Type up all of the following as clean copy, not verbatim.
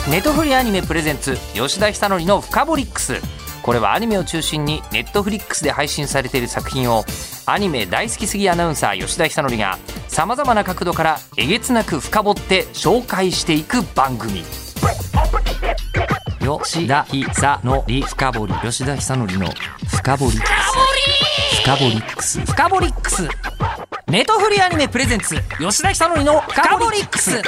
ネトフリアニメプレゼンツ吉田久典のフカボリックス。これはアニメを中心にネットフリックスで配信されている作品をアニメ大好きすぎアナウンサー吉田久典がさまざまな角度からえげつなく深掘って紹介していく番組。吉田久典深掘り、吉田久典の深掘り深掘りックス、深掘りックス。ネトフリアニメプレゼンツ吉田久典の深掘りックス。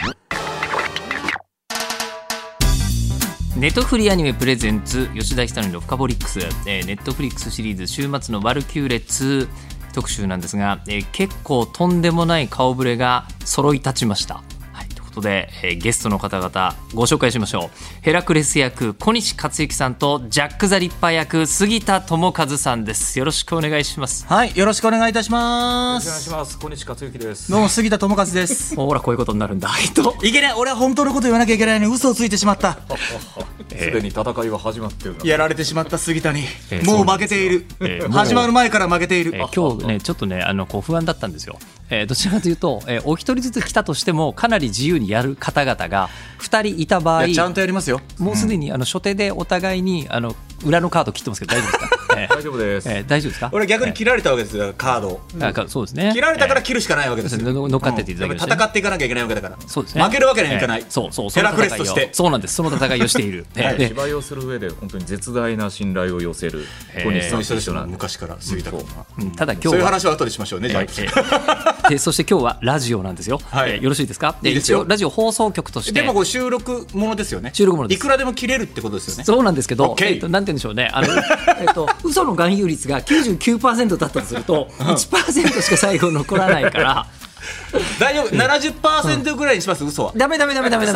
ネットフリアニメプレゼンツ吉田久典のフカボリックス、ネットフリックスシリーズ週末のワルキューレ2特集なんですが、結構とんでもない顔ぶれが揃い立ちました。はい、ということで、ゲストの方々ご紹介しましょう。ヘラクレス役小西克幸さんとジャック・ザ・リッパー役杉田智和さんです。よろしくお願いします。 はい、よろしくお願いいたします。 よろしくお願いします。小西克幸です。 どうも杉田智和です。 ほらこういうことになるんだ。 いけない、俺は本当のこと言わなきゃいけないのに嘘をついてしまった。 すでに戦いは始まっている。 やられてしまった杉田に、もう負けている。始まる前から負けている。 今日ねちょっとねこう不安だったんですよ。どちらかというと、お一人ずつ来たとしてもかなり自由にやる方々が2人いた場合、 ちゃんとやりますよ。 もうすでに初手でお互いに裏のカード切ってますけど大丈夫ですか？ 大丈夫です。 大丈夫ですか？ 俺逆に切られたわけですよ、カードを。 そうですね。 切られたから切るしかないわけですよ。 乗っかってっていただける、 戦っていかなきゃいけないわけだから。 そうですね。 負けるわけにはいかない。 そうヘラクレスとして。 そうなんです。その戦いをしている。 芝居をする上で本当に絶大な信頼を寄せる小西さんと一緒なんで。 昔から杉田君は。 ただ今日はそういう話は後でしましょうね。じゃあ。そして今日はラジオなんですよ。よろしいですか？一応ラジオ放送局として。 でもこれ収録ものですよね。 収録ものです。 いくらでも切れるってことですよね。 そうなんですけど、なんて言うんでしょうね。嘘の含有率が 99% だったとすると 1% しか最後残らないから大丈夫。70% ぐらいにします。嘘はダメ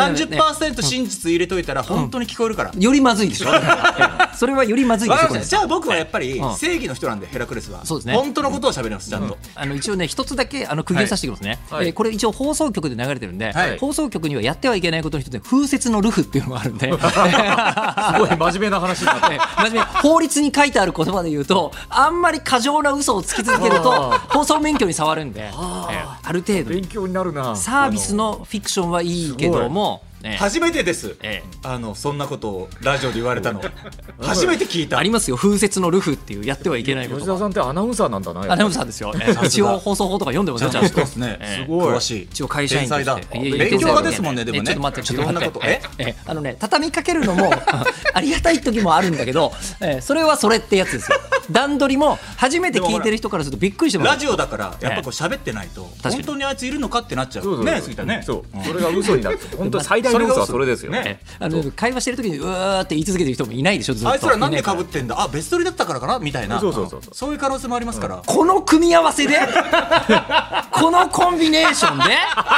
30% 真実入れといたら本当に聞こえるから、 よりまずいでしょ。それはよりまずいでしょ。 じゃあ僕はやっぱり正義の人なんで、ヘラクレスは。 そうですね。 本当のことを喋ります。ちゃんと一応ね一つだけ釘を刺してきますね。これ一応放送局で流れてるんで、放送局にはやってはいけないことの一つで風雪のルフっていうのがあるんで、すごい真面目な話になって。 真面目。法律に書いてある言葉で言うと、あんまり過剰な嘘をつき続けると放送免許に触るんで、ある程度勉強になるな。 サービスのフィクションはいいけども、 初めてです。そんなことをラジオで言われたの初めて聞いた。 ありますよ、風雪のルフっていうやってはいけないこと。 吉田さんってアナウンサーなんだな。 アナウンサーですよ。一応放送法とか読んでますよ。ちゃんとすごい詳しい。 一応会社員として勉強家ですもんね。でもね、 ちょっと待って、 いろんなこと畳みかけるのもありがたい時もあるんだけど、それはそれってやつですよ。段取りも初めて聞いてる人からするとびっくりしてます。 ラジオだからやっぱこう喋ってないと本当にあいついるのかってなっちゃうね。杉田ね。 それが嘘になって、本当に最大の嘘はそれですよ。 会話してる時にうわーって言い続けてる人もいないでしょ。ずっとあいつらなんで被ってんだ、別撮りだったからかなみたいな、そういう可能性もありますから。 この組み合わせでこのコンビネーションで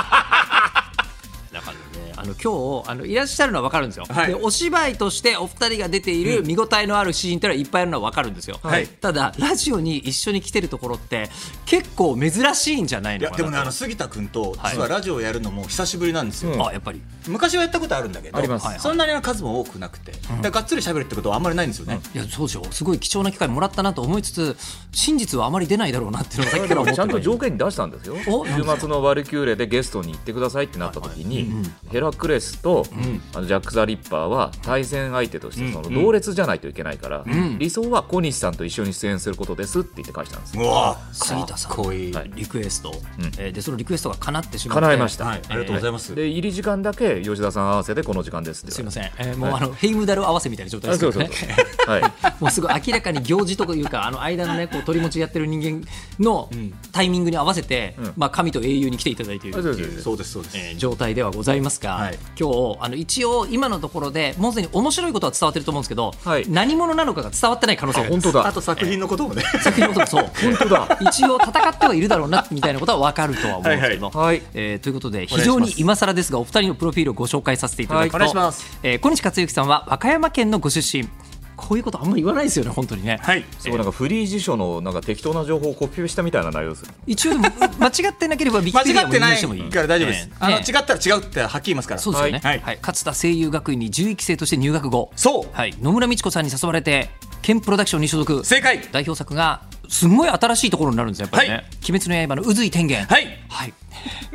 今日いらっしゃるのは分かるんですよ。でお芝居としてお二人が出ている見応えのあるシーンってのはいっぱいあるのは分かるんですよ。ただラジオに一緒に来てるところって結構珍しいんじゃないのかな。 いやでもね、杉田君と実はラジオをやるのも久しぶりなんですよ。 やっぱり昔はやったことあるんだけど、そんなに数も多くなくて、がっつり喋るってことはあんまりないんですよね。 いやそうでしょ。すごい貴重な機会もらったなと思いつつ、真実はあまり出ないだろうなっていうのがさっきから思って。 ちゃんと条件に出したんですよ。週末のワルキューレでゲストに行ってくださいってなった時に、ヘラクレスとジャック・ザ・リッパーは対戦相手としてその同列じゃないといけないから、理想は小西さんと一緒に出演することですって言って返したんです。 杉田さんリクエスト、でそのリクエストが叶ってしまって。 叶いました。 ありがとうございます。 で入り時間だけ吉田さん合わせてこの時間ですって。 すいません、もうヘイムダル合わせみたいな状態ですからね。もうすごい明らかに行事というか間のねこう取り持ちやってる人間のタイミングに合わせて、神と英雄に来ていただいているっていう状態ではございますが、今日一応今のところでもうすでに面白いことは伝わってると思うんですけど、何者なのかが伝わってない可能性があります。 あと作品のこともね、 作品のこともそう本当だ。一応戦ってはいるだろうなみたいなことは分かるとは思うんですけど、ということで非常に今更ですがお二人のプロフィールをご紹介させていただくと、小西克幸さんは和歌山県のご出身。こういうことあんまり言わないですよね本当にね。 そうなんかフリー辞書のなんか適当な情報をコピペしたみたいな内容です。 一応でも間違ってなければウィキペディアも言いしてもいいから大丈夫です。違ったら違うってはっきり言いますから。 そうですよね。勝田声優学院に11期生として入学後、野村美智子さんに誘われてケンプロダクションに所属。 正解。 代表作がすごい新しいところになるんですよやっぱりね。鬼滅の刃の宇髄天元。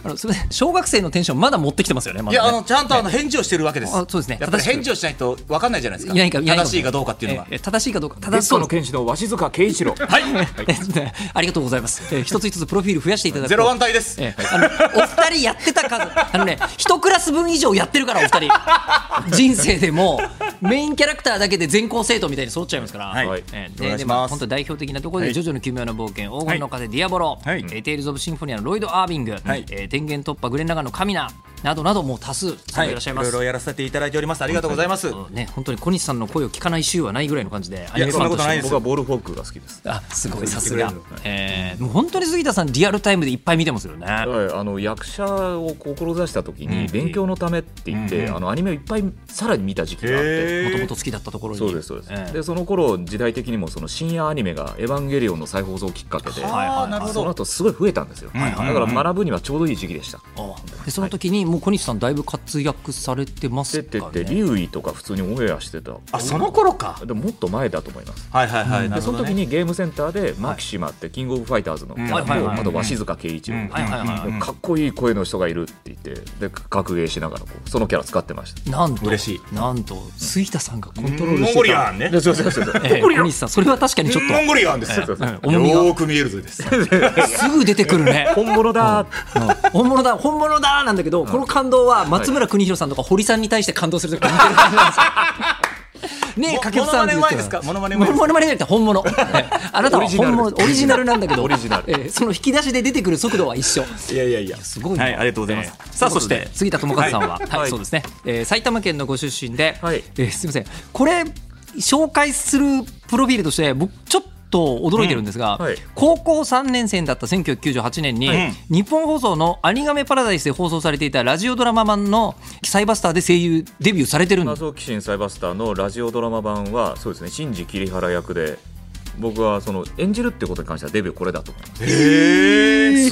すみません、小学生のテンションまだ持ってきてますよね。まだね、 いやちゃんと返事をしてるわけです。 そうですね。 やっぱり返事をしないと分かんないじゃないですか。正しいかどうかっていうのは。 正しいかどうか。 ゲストの剣士の鷲塚圭一郎。 はい。ありがとうございます。一つ一つプロフィール増やしていただくと。 01体です。 お二人やってた数、一クラス分以上やってるから、お二人。人生でもメインキャラクターだけで全校生徒みたいに揃っちゃいますから。 はい。 で本当代表的なところでジョジョの奇妙な冒険、黄金の風、ディアボロ、テイルズ・オブ・シンフォニアのロイド・アービング、電源突破、グレン・ラガンのカミナなどなどもう多数さんでいらっしゃいます。 いろいろやらせていただいております。ありがとうございます。 本当に小西さんの声を聞かない週はないぐらいの感じで、 いやそんなことないです。 僕はボールフォークが好きです。 すごい、さすが。もう本当に杉田さんリアルタイムでいっぱい見てますよね。 役者を志した時に勉強のためって言ってアニメをいっぱいさらに見た時期があって、 もともと好きだったところに。 そうですそうです。でその頃時代的にもその深夜アニメがエヴァンゲリオンの再放送きっかけで、その後すごい増えたんですよ。だから学ぶにはちょうどいい時期でした。 でその時にもう小西さんだいぶ活躍されてますかね。 出てて竜医とか普通にオンエアしてた。 その頃か。 でももっと前だと思います。 でその時にゲームセンターでマキシマってキングオブファイターズのキャラと、あと鷲塚圭一郎、かっこいい声の人がいるって言ってで格ゲーしながらそのキャラ使ってました。 なんと嬉しい。 なんと杉田さんがコントロールしてた。 モンゴリアンね。 小西さんそれは確かにちょっとモンゴリアンです。よーく見えるぜです。 すぐ出てくるね。 本物だ本物だ本物だなんだけど、この感動は松村邦洋さんとか堀さんに対して感動するとき似てる感じなんですよ。ねえ、掛布さんって言ってモノマネって本物。あなたは本物、オリジナルなんだけど、その引き出しで出てくる速度は一緒。 いやすごい。はい、ありがとうございます。さあそして杉田智和さんはそうですね、埼玉県のご出身で、すみません、これ紹介するプロフィールとして僕ちょっと驚いてるんですが、高校3年生だった1998年に、日本放送のアニガメパラダイスで放送されていたラジオドラマ版のサイバスターで声優デビューされてるんです。 謎鬼神サイバスターのラジオドラマ版はそうですね、シンジ桐原役で僕はその演じるってことに関してはデビューこれだと思います。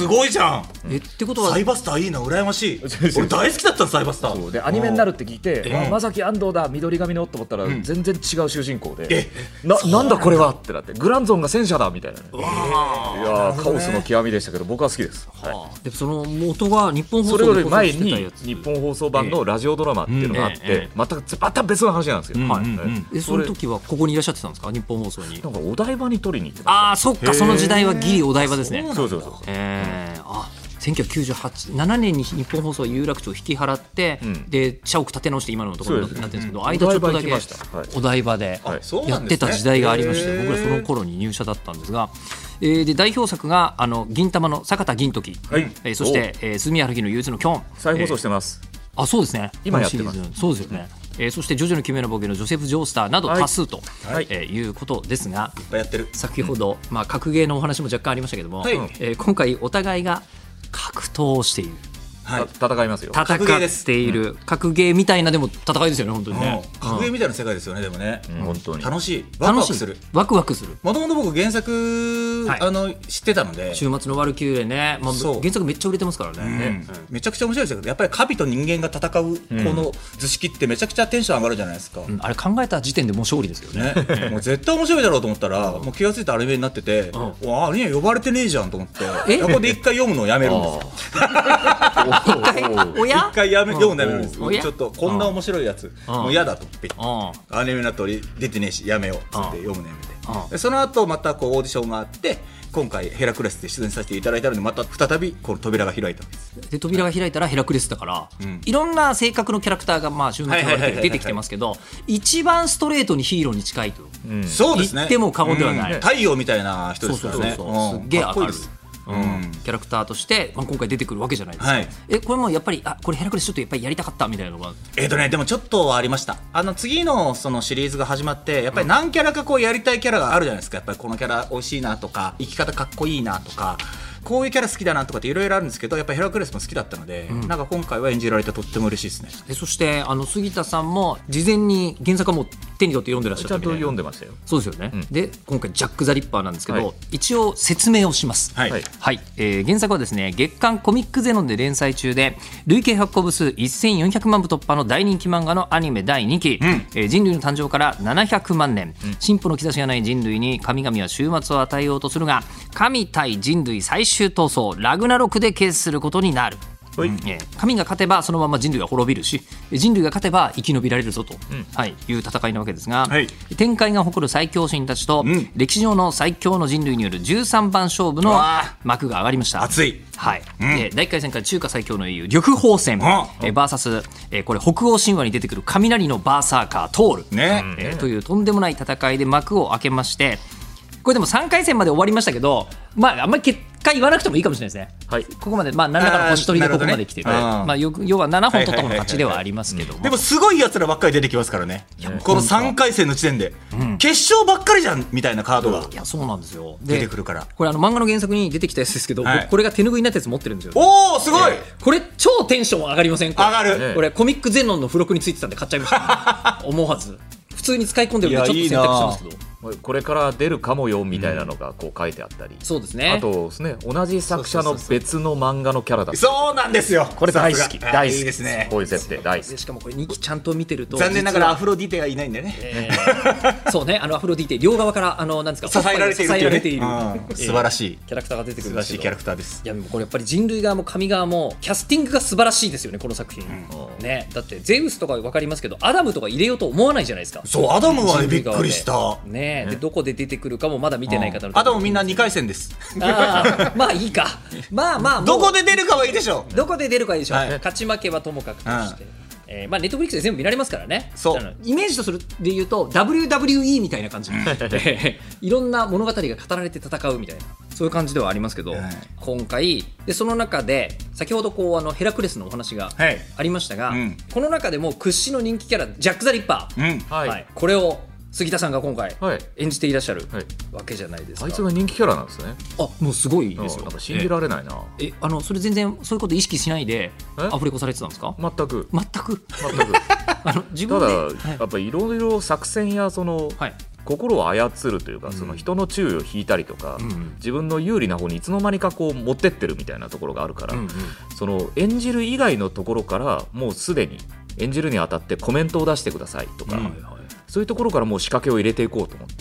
すごいじゃん。 ってことはサイバスターいいな、羨ましい。俺大好きだったのサイバスター。 でアニメになるって聞いて、まさき安藤だ緑髪のと思ったら全然違う主人公で、なんだこれはってなって、グランゾンが戦車だみたいなね。いやカオスの極みでしたけど僕は好きです。 でその元が日本放送それより前に日本放送版のラジオドラマっていうのがあってまた別の話なんですよ。 その時はここにいらっしゃってたんですか、日本放送に。 なんかお台場に取りに行ってました。 そっか、その時代はギリお台場ですね。 そう 1997年に日本放送は有楽町を引き払って、で社屋建て直して今のところになってるんですけど、間ちょっとだけお台場でやってた時代がありまして、僕らその頃に入社だったんですが、で代表作が銀魂の坂田銀時、そして住原木の憂鬱のキョン再放送してます。 そうですね、 今やってます。 そうですよね。そしてジョジョの奇妙な冒険のジョセフ・ジョースターなど多数ということですが、先ほど格ゲーのお話も若干ありましたけども、今回お互いが格闘をしている、 戦いますよ。 戦っている格ゲーみたいなでも戦いですよね、本当にね。 格ゲーみたいな世界ですよね。でもね、 本当に楽しい、ワクワクする。もともと僕原作知ってたので、 週末のワルキューレね、原作めっちゃ売れてますからね。 めちゃくちゃ面白いですけど、やっぱり神と人間が戦うこの図式ってめちゃくちゃテンション上がるじゃないですか。 あれ考えた時点でもう勝利ですよね。 もう絶対面白いだろうと思ったら、もう気が付いたアニメになってて、アニメ呼ばれてねえじゃんと思って、ここで一回読むのをやめるんですよ。一回読むのやめるんです。ちょっとこんな面白いやつもう嫌だと思って、アニメの通り出てねえしやめようっつって読むのやめて、その後またオーディションがあって、今回ヘラクレスで出演させていただいたので、また再びこの扉が開いたんです。 で扉が開いたらヘラクレスだから、いろんな性格のキャラクターが週末に出てきてますけど、一番ストレートにヒーローに近いと言っても過言ではない。 太陽みたいな人ですからね。 すっげえ明るいキャラクターとして今回出てくるわけじゃないですか。これもやっぱりこれヘラクレスちょっとやっぱりやりたかったみたいなのがでもちょっとありました。次のそのシリーズが始まってやっぱり何キャラかやりたいキャラがあるじゃないですか。やっぱりこのキャラ美味しいなとか、生き方かっこいいなとか、こういうキャラ好きだなとかっていろいろあるんですけど、やっぱりヘラクレスも好きだったので、なんか今回は演じられてとっても嬉しいですね。 そして杉田さんも事前に原作はもう手に取って読んでらっしゃったみたいな。 ちゃんと読んでましたよ。 そうですよね。で今回ジャック・ザ・リッパーなんですけど、一応説明をします。原作はですね、月刊コミックゼノンで連載中で累計発行部数1400万部突破の大人気漫画のアニメ第2期、人類の誕生から700万年、進歩の兆しがない人類に神々は終末を与えようとするが、神対人類最終闘争ラグナロクで決することになる神が勝てばそのまま人類が滅びるし、人類が勝てば生き延びられるぞと、いう戦いなわけですが、天界が誇る最強神たちと、歴史上の最強の人類による13番勝負の幕が上がりました。 熱い。 第1回戦から中華最強の英雄緑鳳戦バーサス、これ北欧神話に出てくる雷のバーサーカートール、というとんでもない戦いで幕を開けまして、これでも3回戦まで終わりましたけど、あんまり結果言わなくてもいいかもしれないですね。ここまで何らかの星取りでここまで来てる、要は7本取った方の勝ちではありますけども、 でもすごいやつらばっかり出てきますからね、この3回戦の時点で、決勝ばっかりじゃんみたいなカードがそうなんですよ、 出てくるから。 これ漫画の原作に出てきたやつですけど、これが手拭いになったやつ持ってるんですよ。 おお、すごい。 これ超テンション上がりません？ 上がる。 これコミックゼノンの付録についてたんで買っちゃいました思わず。普通に使い込んでるんでちょっと選択したんですけど、 これから出るかもよみたいなのがこう書いてあったり、 そうですね。 あとですね、同じ作者の別の漫画のキャラだったり、 そうなんですよ。 これ大好き、大好きですね。 こういう設定大好き。 しかもこれ2期ちゃんと見てると、 残念ながらアフロディテがいないんだよね。 そうね、アフロディテ両側からなんですか、 支えられている素晴らしいキャラクターが出てくるんですけど、 素晴らしいキャラクターです。 いやでもこれやっぱり人類側も神側もキャスティングが素晴らしいですよね、この作品。ね、だってゼウスとか分かりますけど、アダムとか入れようと思わないじゃないですか。 そう、アダムはびっくりしたね。でどこで出てくるかもまだ見てない方の、 アダムみんな2回戦です。 まあいいか、まあどこで出るかはいいでしょう。 どこで出るかいいでしょう。勝ち負けはともかくとして、ネットフリックスで全部見られますからね。 そうイメージとするで言うと WWE みたいな感じいろんな物語が語られて戦うみたいな、そういう感じではありますけど、今回でその中で先ほどヘラクレスのお話がありましたが、この中でも屈指の人気キャラジャック・ザ・リッパー、これを杉田さんが今回演じていらっしゃるわけじゃないですか。 あいつが人気キャラなんですね。 もうすごいですよ。 なんか信じられないな。 それ全然そういうこと意識しないでアフレコされてたんですか？ 全く自分でただやっぱりいろいろ作戦や心を操るというか、その人の注意を引いたりとか、自分の有利な方にいつの間にかこう持ってってるみたいなところがあるから、その演じる以外のところからもうすでに演じるにあたってコメントを出してくださいとか、そういうところからもう仕掛けを入れていこうと思って、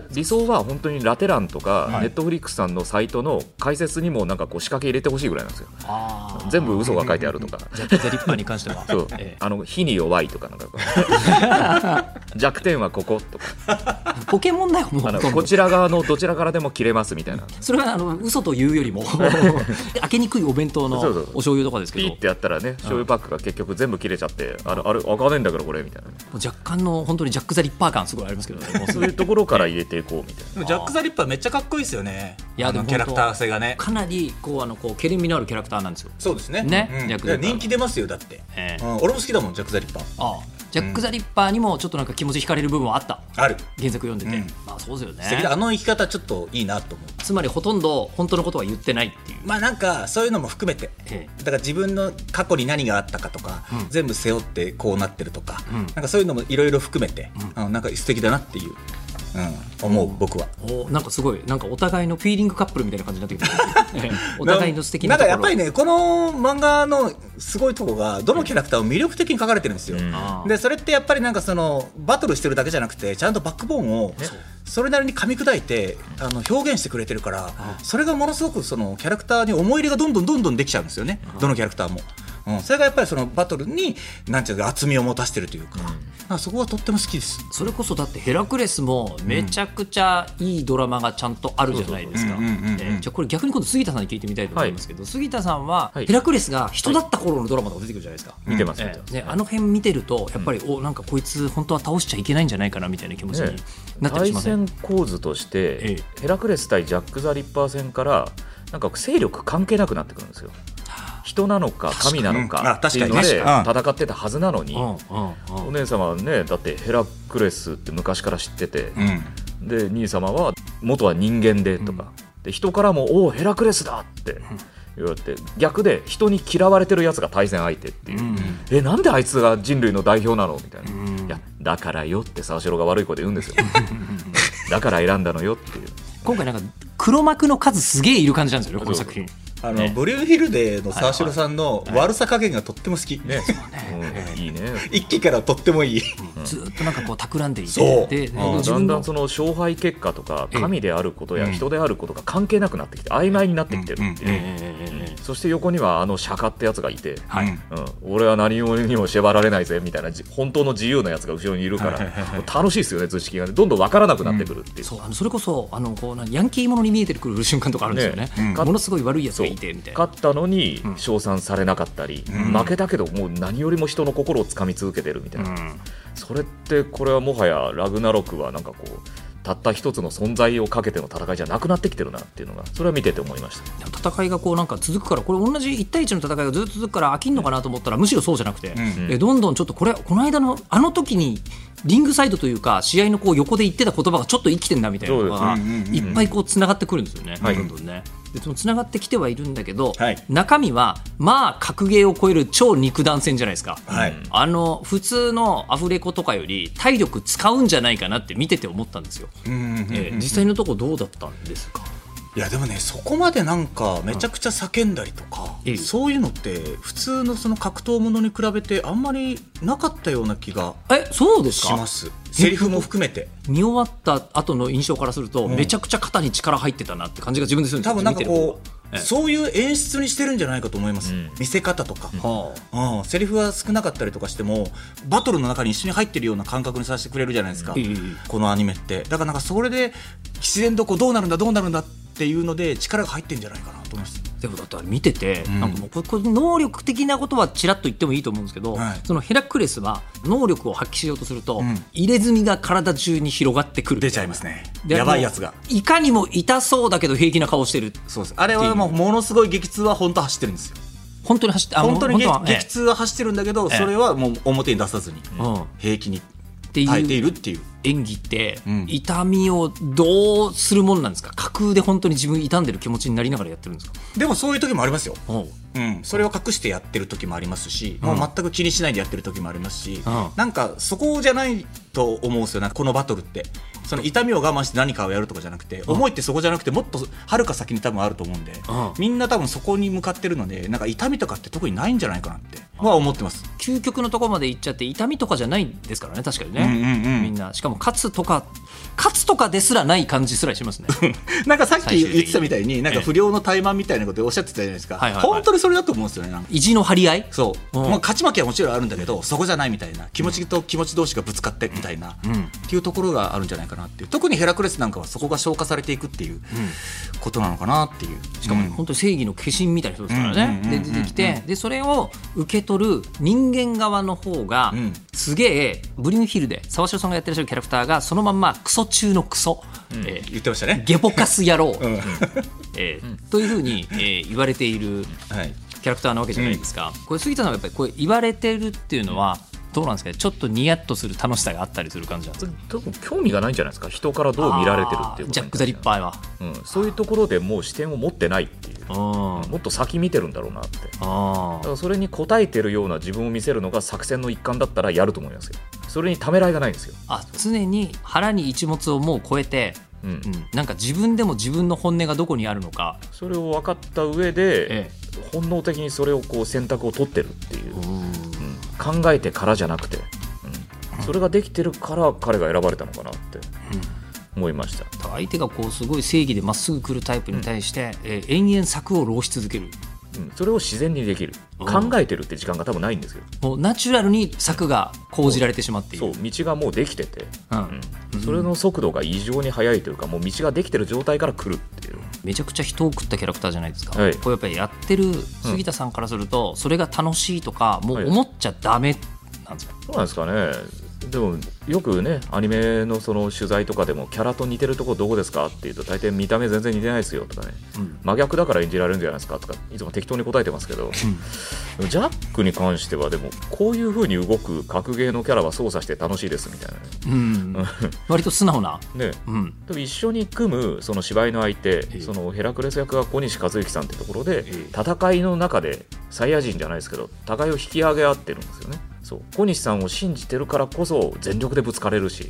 理想は本当にラテランとかネットフリックスさんのサイトの解説にもなんかこう仕掛け入れてほしいぐらいなんですよ。全部嘘が書いてあるとか、 ジャック・ザ・リッパーに関してはそう火に弱いとか、なんか弱点はこことかポケモンだよ、もうこちら側のどちらからでも切れますみたいな。 それは嘘というよりも開けにくいお弁当のお醤油とかですけど、 ピーってやったらね、醤油パックが結局全部切れちゃって、あれ開かねえんだけどこれみたいな、 若干の本当にジャック・ザ・リッパー感すごいありますけどね。 そういうところから入れていこうみたいな。 ジャック・ザ・リッパーめっちゃかっこいいですよね。いやでもキャラクター性がね、 かなりこうケレン味のあるキャラクターなんですよ。 そうですね。人気出ますよ、だって。俺も好きだもん、ジャック・ザ・リッパー。 ジャック・ザ・リッパーにもちょっとなんか気持ち惹かれる部分はあった。 ある。 原作読んでて、そうですよね。 素敵だ。生き方ちょっといいなと思う。 つまりほとんど本当のことは言ってないっていう。 なんかそういうのも含めて、だから自分の過去に何があったかとか、全部背負ってこうなってるとか、なんかそういうのもいろいろ含めて、なんか素敵だなっていう。思う、僕は。 なんかすごい、なんかお互いのフィーリングカップルみたいな感じになってきてお互いの素敵なところ。 なんかやっぱりね、この漫画のすごいとこがどのキャラクターも魅力的に描かれてるんですよ。でそれってやっぱりなんかそのバトルしてるだけじゃなくて、ちゃんとバックボーンをそれなりに噛み砕いて表現してくれてるから、それがものすごくそのキャラクターに思い入れがどんどんできちゃうんですよね、どのキャラクターも。それがやっぱりそのバトルになんていうか厚みを持たせてるというか、そこはとっても好きです。 それこそだってヘラクレスもめちゃくちゃいいドラマがちゃんとあるじゃないですか。じゃあこれ逆に今度杉田さんに聞いてみたいと思いますけど、杉田さんはヘラクレスが人だった頃のドラマとか出てくるじゃないですか。 見てます。 あの辺見てるとやっぱりなんかこいつ本当は倒しちゃいけないんじゃないかなみたいな気持ちになったりしません？ 対戦構図としてヘラクレス対ジャック・ザ・リッパー戦からなんか勢力関係なくなってくるんですよ。人なのか神なのかっていうので戦ってたはずなのに、お姉様はね、だってヘラクレスって昔から知ってて、で兄様は元は人間でとか、で人からも「おおヘラクレスだ!」って言われて、逆で人に嫌われてるやつが対戦相手っていう、なんであいつが人類の代表なのみたいな、いやだからよって沢城が悪い声で言うんですよだから選んだのよっていう。 今回なんか黒幕の数すげえいる感じなんですよね、この作品。 ブリューヒルデーの沢城さんの悪さ加減がとっても好き。 いいね。 一期からとってもいい。 ずっとなんかこう企んでいそうて、でだんだんその勝敗結果とか神であることや人であることが関係なくなってきて曖昧になってきてるっていう、そして横には釈迦ってやつがいて、俺は何にも縛られないぜみたいな本当の自由なやつが後ろにいるから楽しいですよね、図式がねどんどん分からなくなってくるっていう、 それこそこうヤンキーものに見えてくる瞬間とかあるんですよね。ものすごい悪いやつがいてみたいな、 勝ったのに称賛されなかったり、負けたけどもう何よりも人の心をつかみ続けてるみたいな、それってこれはもはやラグナロクはなんかこうたった一つの存在をかけての戦いじゃなくなってきてるなっていうのがそれは見てて思いました。 戦いがこうなんか続くから、これ同じ1対1の戦いがずっと続くから飽きんのかなと思ったらむしろそうじゃなくて、どんどんちょっとこの間の時にリングサイドというか試合のこう横で言ってた言葉がちょっと生きてんだみたいなのがいっぱいこうつながってくるんですよね、どんどんね。でそのつながってきてはいるんだけど、中身はまあ格ゲーを超える超肉弾戦じゃないですか、普通のアフレコとかより体力使うんじゃないかなって見てて思ったんですよ。実際のとこどうだったんですか？ いやでもね、そこまでなんかめちゃくちゃ叫んだりとか、そういうのって普通のその格闘ものに比べてあんまりなかったような気がそうですか？ します。セリフも含めて見終わった後の印象からすると、めちゃくちゃ肩に力入ってたなって感じが自分でするんですよ。 多分なんかこうそういう演出にしてるんじゃないかと思います、見せ方とか、セリフは少なかったりとかしてもバトルの中に一緒に入ってるような感覚にさせてくれるじゃないですか、このアニメって。だからなんかそれで自然とこうどうなるんだっていうので力が入ってるんじゃないかなと思います。 でもだって見てて、なんかもうこれ能力的なことはちらっと言ってもいいと思うんですけど、そのヘラクレスは能力を発揮しようとすると、入れ墨が体中に広がってくる、 出ちゃいますね。やばいやつがいかにも痛そうだけど平気な顔してる。 そうです。あれはもうものすごい激痛は本当走ってるんですよ。 本当に走って本当に激痛は走ってるんだけど、それはもう表に出さずに平気に耐えているっていう演技って、痛みをどうするもんなんですか？架空で本当に自分痛んでる気持ちになりながらやってるんですか？ でもそういう時もありますよ、それを隠してやってる時もありますし、もう全く気にしないでやってる時もありますし、なんかそこじゃないと思うんですよ。なんかこのバトルってその痛みを我慢して何かをやるとかじゃなくて、思いってそこじゃなくてもっとはるか先に多分あると思うんで、みんな多分そこに向かってるので、なんか痛みとかって特にないんじゃないかなっては思ってます。 究極のところまで行っちゃって痛みとかじゃないですからね、確かにね、みんな。しかも勝つとかですらない感じすらしますねなんかさっき言ってたみたいになんか不良の怠慢みたいなことをおっしゃってたじゃないですか、本当にそれだと思うんですよね。なんか意地の張り合い、 そう、まあ、勝ち負けはもちろんあるんだけどそこじゃないみたいな、気持ちと気持ち同士がぶつかってみたいな、っていうところがあるんじゃないかなっていう。特にヘラクレスなんかはそこが消化されていくっていうことなのかなっていう。 しかも、本当に正義の化身みたいな人ですからね。で出てきて、でそれを受け取る人間側の方が、すげえブリムヒルで沢城さんがやってらっしゃるキャラクターがそのまんまクソ中のクソ、 言ってましたね、 ゲボカス野郎、というふうに、言われているキャラクターなわけじゃないですか。これ杉田さんがやっぱりこれ言われてるっていうのはどうなんですかね。ちょっとニヤッとする楽しさがあったりする感じなんですか？ 多分興味がないんじゃないですか、人からどう見られてるっていうこと。 ジャック・ザ・リッパーは、 そういうところでもう視点を持ってないっていう、もっと先見てるんだろうなって。だからそれに応えてるような自分を見せるのが作戦の一環だったらやると思いますよ。それにためらいがないんですよ。 常に腹に一物をもう超えて、なんか自分でも自分の本音がどこにあるのか、 それを分かった上で、本能的にそれをこう選択を取ってるっていう、考えてからじゃなくて、それができてるから彼が選ばれたのかなって思いました。 相手がこうすごい正義でまっすぐ来るタイプに対して、延々策を浪し続ける、 それを自然にできる、考えてるって時間が多分ないんですよ。 もうナチュラルに策が講じられてしまっている。 そう、道がもうできてて、それの速度が異常に速いというか、もう道ができてる状態から来るっていう。 めちゃくちゃ人を食ったキャラクターじゃないですか、これやっぱりやってる杉田さんからすると、それが楽しいとかもう思っちゃダメなんですか？ そうなんですかね。でもよくね、アニメのその取材とかでもキャラと似てるとこどこですかって言うと、大体見た目全然似てないですよとかね、真逆だから演じられるんじゃないですかとかいつも適当に答えてますけど、ジャックに関してはでもこういう風に動く格ゲーのキャラは操作して楽しいですみたいな、 割と素直な、 でも一緒に組むその芝居の相手、そのヘラクレス役が小西和之さんってところで、戦いの中でサイヤ人じゃないですけど互いを引き上げ合ってるんですよね。そう、小西さんを信じてるからこそ全力でぶつかれるし、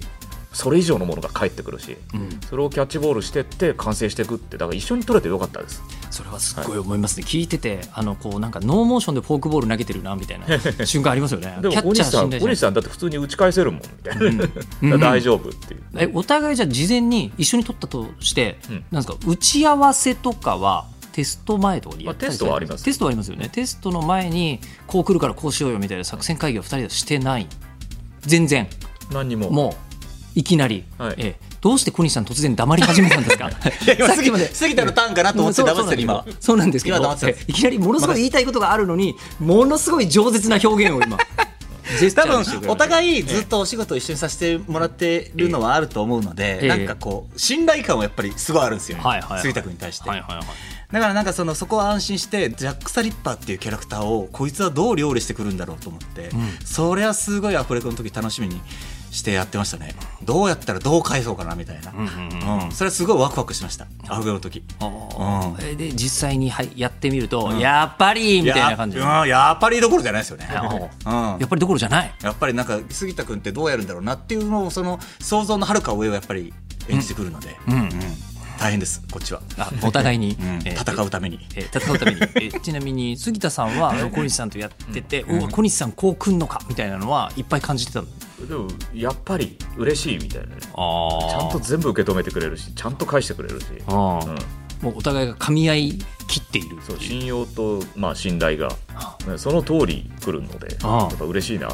それ以上のものが返ってくるし、それをキャッチボールしてって完成していくって、だから一緒に取れてよかったです。 それはすっごい思いますね、聞いててこうなんかノーモーションでフォークボール投げてるなみたいな瞬間ありますよね。 でも小西さんだって普通に打ち返せるもんみたいな、大丈夫っていう。 お互いじゃあ事前に一緒に取ったとして、なんですか、打ち合わせとかはテスト前とかにやったり、 テストはあります。 テストはありますよね。テストの前にこう来るからこうしようよみたいな作戦会議を2人でしてない。全然何にももういきなり、どうして小西さん突然黙り始めたんですか？ さっきまで過ぎたのターンかなと思って黙ってた今。 そうなんですけど、いきなりものすごい言いたいことがあるのにものすごい饒舌な表現を今多分お互いずっとお仕事一緒にさせてもらってるのはあると思うので、なんかこう信頼感はやっぱりすごいあるんですよね、杉田君に対して。だからなんかそこは安心して、ジャック・サリッパーっていうキャラクターをこいつはどう料理してくるんだろうと思って、それはすごいアフレコの時楽しみにしてやってましたね。どうやったらどう返そうかなみたいな、それはすごいワクワクしまやアフレコの時。 で実際にやってみると、やっぱりみたいな感じ。 やっぱりどころじゃないですよね。 やっぱりどころじゃない。 やっぱりなんか杉田君ってどうやるんだろうなっていうのを、その想像のはるか上をやっぱり演じてくるので、大変ですこっちは。 お互いに戦うために。 ちなみに杉田さんは小西さんとやってて、小西さんこう来んのかみたいなのはいっぱい感じてたの？ でもやっぱり嬉しいみたいなね。ちゃんと全部受け止めてくれるし、ちゃんと返してくれるし、 もうお互いが噛み合い切っている。 そう、信用と、信頼がその通り来るので、やっぱ嬉しいなって。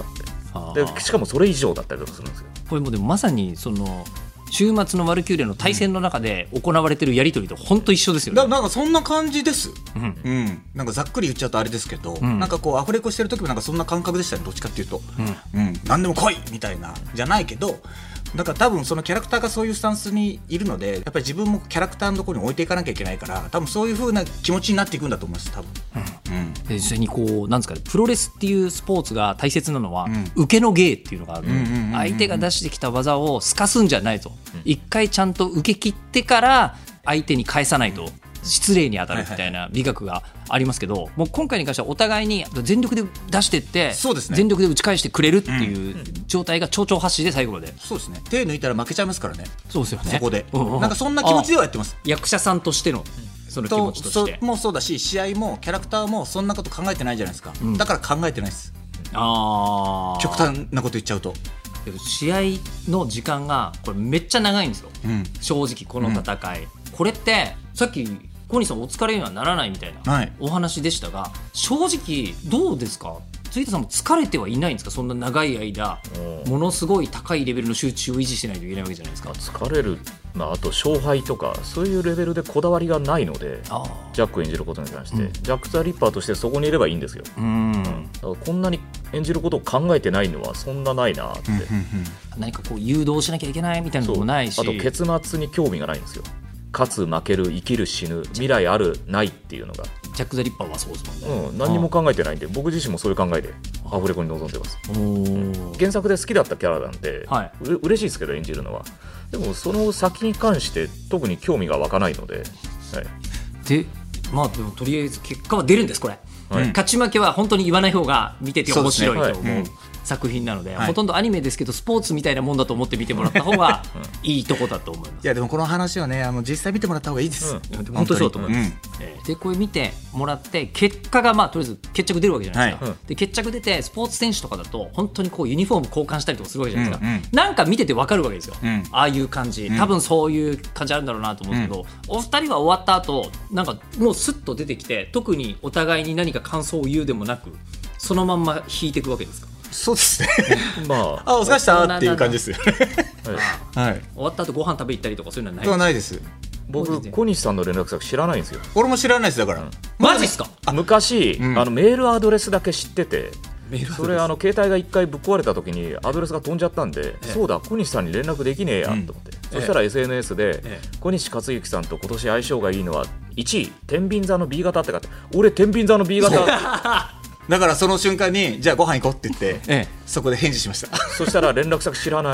でしかもそれ以上だったりとかするんですよ。 これもでもまさにその週末のワルキューレの対戦の中で行われてるやり取りと本当一緒ですよね。 なんかそんな感じです、なんかざっくり言っちゃうとあれですけど、なんかこうアフレコしてる時もなんかそんな感覚でしたね、どっちかっていうと、何でも来いみたいなじゃないけど、だから多分そのキャラクターがそういうスタンスにいるので、やっぱり自分もキャラクターのところに置いていかなきゃいけないから、多分そういう風な気持ちになっていくんだと思います多分。 実際にこうなんですかね、プロレスっていうスポーツが大切なのは、受けの芸っていうのがある。相手が出してきた技をすかすんじゃないと、一回ちゃんと受け切ってから相手に返さないと失礼に当たるみたいな美学がありますけど、もう今回に関してはお互いに全力で出していって、全力で打ち返してくれるっていう状態が丁々発止で最後まで。 そうですね、手抜いたら負けちゃいますからね。そうですよね、そこでなんかそんな気持ちではやってます。 役者さんとしてのその気持ちとしてもそうだし、試合もキャラクターもそんなこと考えてないじゃないですか、だから考えてないです。極端なこと言っちゃうと。 試合の時間がこれめっちゃ長いんですよ、正直この戦い、これってさっき小西さんお疲れにはならないみたいなお話でしたが、正直どうですか、杉田さんも疲れてはいないんですか？そんな長い間ものすごい高いレベルの集中を維持しないといけないわけじゃないですか。 疲れる、あと勝敗とかそういうレベルでこだわりがないので、ジャック演じることに関して、ジャック・ザ・リッパーとしてそこにいればいいんですよ。だからこんなに演じることを考えてないのはそんなないなって、 何かこう誘導しなきゃいけないみたいなのもないし、 あと結末に興味がないんですよ。勝つ負ける生きる死ぬ未来あるないっていうのが。 ジャック・ザ・リッパーはそうですもんね、 何にも考えてないんで、僕自身もそういう考えでアフレコに臨んでます。原作で好きだったキャラなんで、嬉しいですけど演じるのは。でもその先に関して特に興味が湧かないので、 ででもとりあえず結果は出るんですこれ、勝ち負けは本当に言わない方が見てて面白いと思う作品なので、ほとんどアニメですけどスポーツみたいなもんだと思って見てもらった方がいいとこだと思います。 いやでもこの話はね、実際見てもらった方がいいです、 本当にそうだと思います、でこれ見てもらって結果がとりあえず決着出るわけじゃないですか、で決着出てスポーツ選手とかだと本当にこうユニフォーム交換したりとかするわけじゃないですか、なんか見てて分かるわけですよ、ああいう感じ、多分そういう感じあるんだろうなと思うんですけど、お二人は終わった後なんかもうスッと出てきて、特にお互いに何か感想を言うでもなくそのまんま引いていくわけですか？ そうですねお疲れしたっていう感じですよね終わった後ご飯食べ行ったりとかそういうのはない？ そうないです。 僕小西さんの連絡先知らないんですよ。 俺も知らないです。だからマジっすか？ 昔メールアドレスだけ知ってて、それ携帯が1回ぶっ壊れた時にアドレスが飛んじゃったんで、そうだ小西さんに連絡できねえやと思って、そしたら SNS で小西克幸さんと今年相性がいいのは1位天秤座の B 型って書いて、俺天秤座の B 型だからその瞬間にじゃあご飯行こうって言って、そこで返事しました。 そしたら連絡先知らないってなって、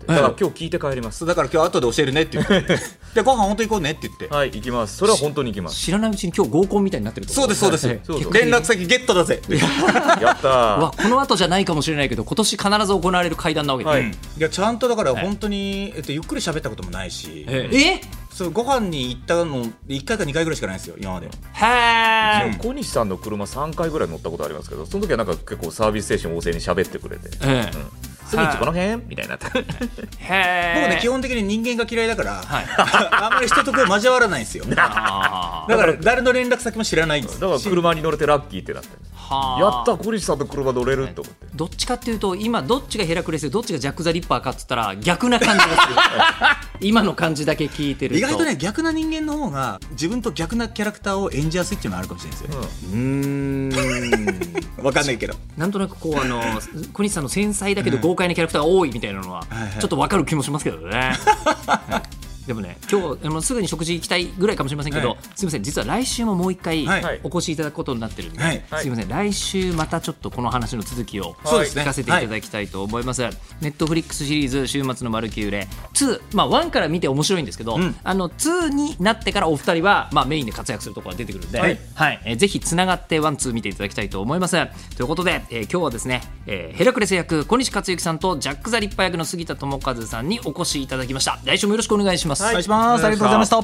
だから今日聞いて帰ります。 そうだから今日後で教えるねって言ってでご飯本当に行こうねって言ってはい、行きます。それは本当に行きます。 知らないうちに今日合コンみたいになってるとそうですそうですそうそう連絡先ゲットだぜやったー。 わこの後じゃないかもしれないけど今年必ず行われる会談なわけで、 はいいやちゃんとだから本当に、ゆっくり喋ったこともないし、そうご飯に行ったの1回か2回ぐらいしかないんですよ今まで。 へー小西さんの車3回ぐらい乗ったことありますけど、その時はなんか結構サービス精神旺盛に喋ってくれて、すぐにこの辺みたいになってへ僕ーね基本的に人間が嫌いだから、 はいあんまり人とこう交わらないんですよだあから誰の連絡先も知らないんですだから車に乗れてラッキーってなって、 はやった小西さんの車乗れると思って、 どっちかっていうと今どっちがヘラクレスでどっちがジャック・ザ・リッパーかっつったら逆な感じがする今の感じだけ聞いてると意外とね逆な人間の方が自分と逆なキャラクターを演じやすいっていうのがあるかもしれないですよね。わかんないけどなんとなくこう小西さんの繊細だけど豪快なキャラクターが多いみたいなのはちょっと分かる気もしますけどね、はいでもね今日すぐに食事行きたいぐらいかもしれませんけど、すみません実は来週ももう一回はいお越しいただくことになってるんで、 はいすみません来週またちょっとこの話の続きをそうですね聞かせていただきたいと思います。ネットフリックスシリーズ週末のマルキューレ2、1から見て面白いんですけど、2になってからお二人は、メインで活躍するところが出てくるんで、はいぜひつながって1、2見ていただきたいと思います。ということで、今日はですね、ヘラクレス役小西克幸さんとジャック・ザ・リッパー役の杉田智和さんにお越しいただきました。来週もよろしくお願いします。 お願いします。ありがとうございました。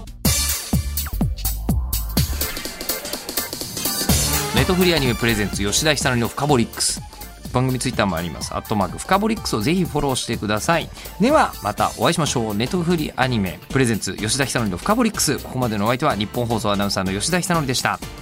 ネットフリアニメプレゼンツ吉田久典のフカボリックス、番組ツイッターもあります。@フカボリックスをぜひフォローしてください。ではまたお会いしましょう。ネットフリアニメプレゼンツ吉田久典のフカボリックス、ここまでのお相手は日本放送アナウンサーの吉田久典でした。